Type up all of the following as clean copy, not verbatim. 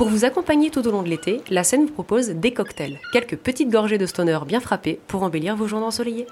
Pour vous accompagner tout au long de l'été, la scène vous propose des cocktails, quelques petites gorgées de stoner bien frappées pour embellir vos journées ensoleillées.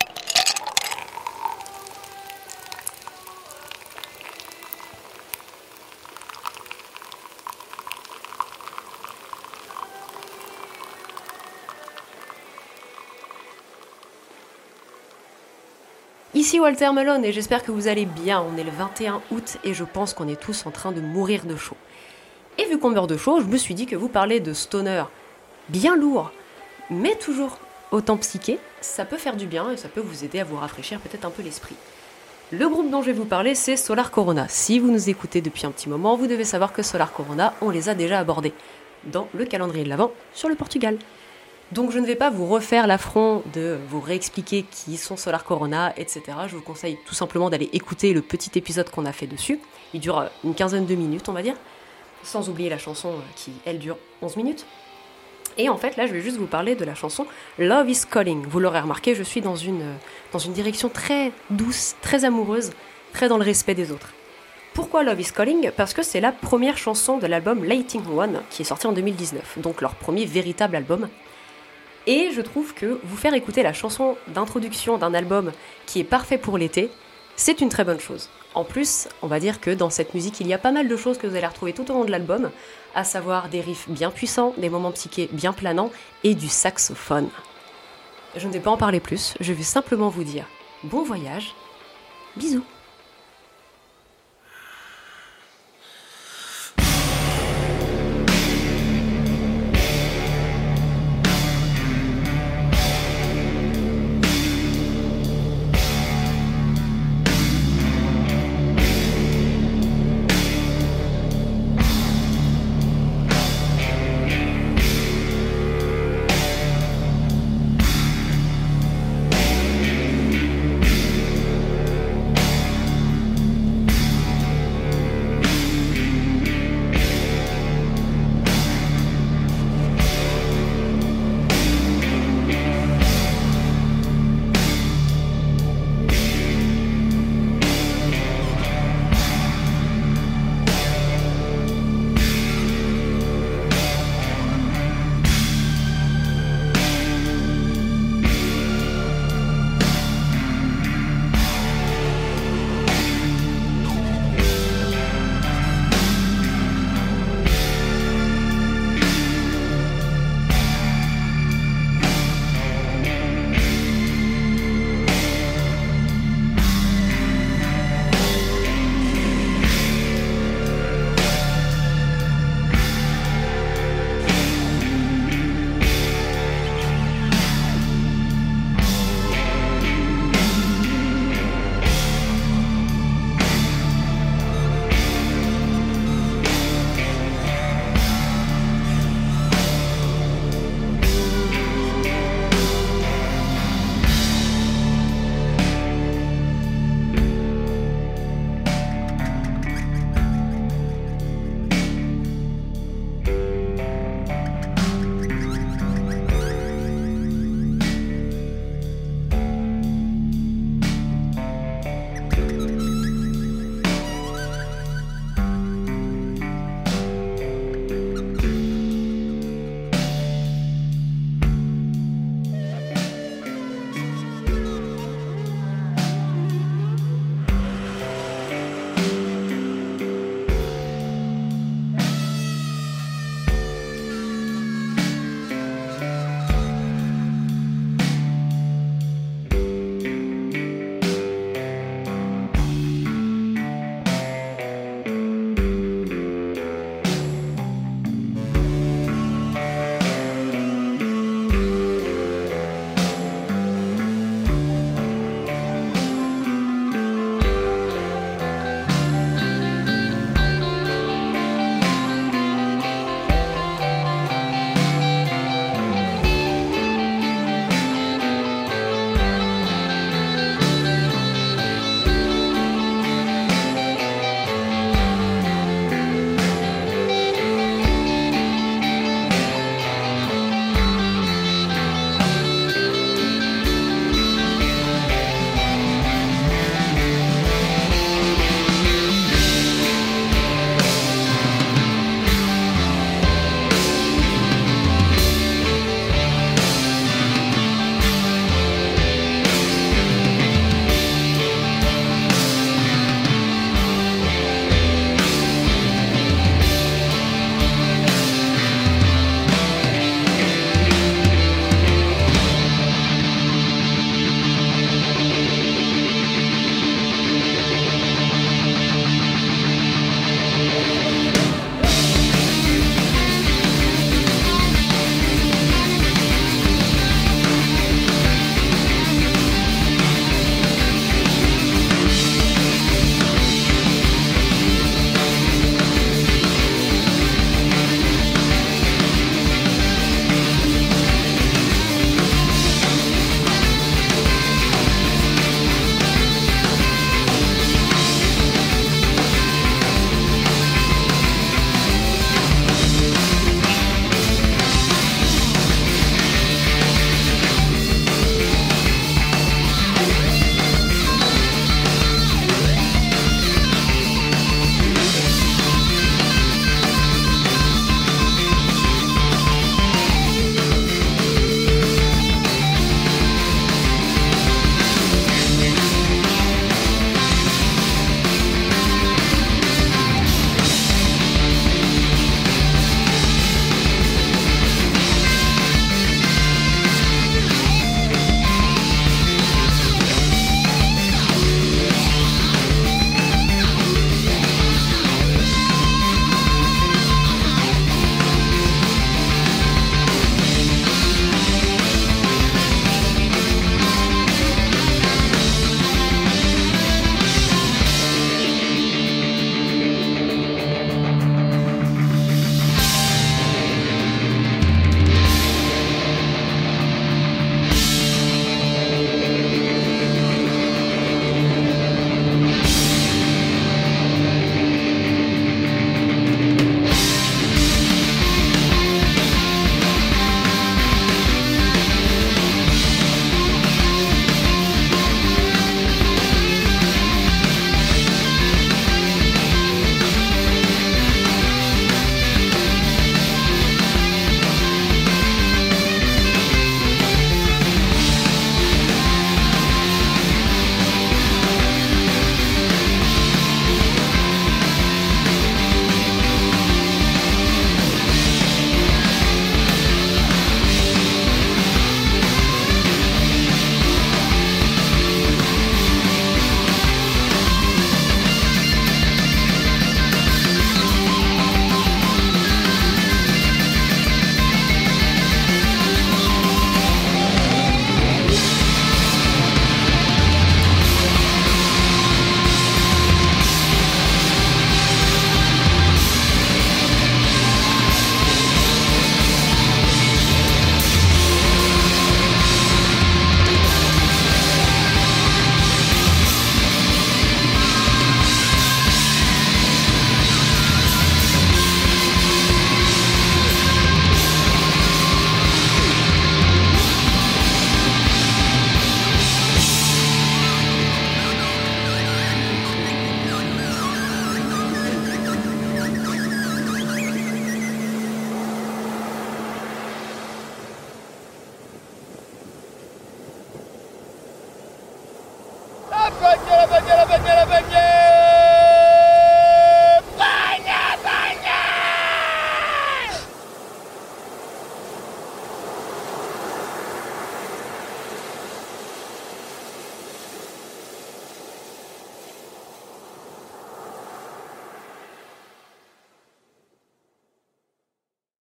Ici Walter Melon et j'espère que vous allez bien. On est le 21 août et je pense qu'on est tous en train de mourir de chaud. Et vu qu'on meurt de chaud, je me suis dit que vous parlez de stoner bien lourd, mais toujours autant psyché, ça peut faire du bien et ça peut vous aider à vous rafraîchir peut-être un peu l'esprit. Le groupe dont je vais vous parler, c'est Solar Corona. Si vous nous écoutez depuis un petit moment, vous devez savoir que Solar Corona, on les a déjà abordés dans le calendrier de l'Avent sur le Portugal. Donc je ne vais pas vous refaire l'affront de vous réexpliquer qui sont Solar Corona, etc. Je vous conseille tout simplement d'aller écouter le petit épisode qu'on a fait dessus. Il dure une quinzaine de minutes, on va dire. Sans oublier la chanson qui, elle, dure 11 minutes. Et en fait, là, je vais juste vous parler de la chanson Love is Calling. Vous l'aurez remarqué, je suis dans une direction très douce, très amoureuse, très dans le respect des autres. Pourquoi Love is Calling ? Parce que c'est la première chanson de l'album Lighting One, qui est sorti en 2019, donc leur premier véritable album. Et je trouve que vous faire écouter la chanson d'introduction d'un album qui est parfait pour l'été, c'est une très bonne chose. En plus, on va dire que dans cette musique, il y a pas mal de choses que vous allez retrouver tout au long de l'album, à savoir des riffs bien puissants, des moments psychés bien planants et du saxophone. Je ne vais pas en parler plus, je vais simplement vous dire bon voyage, bisous.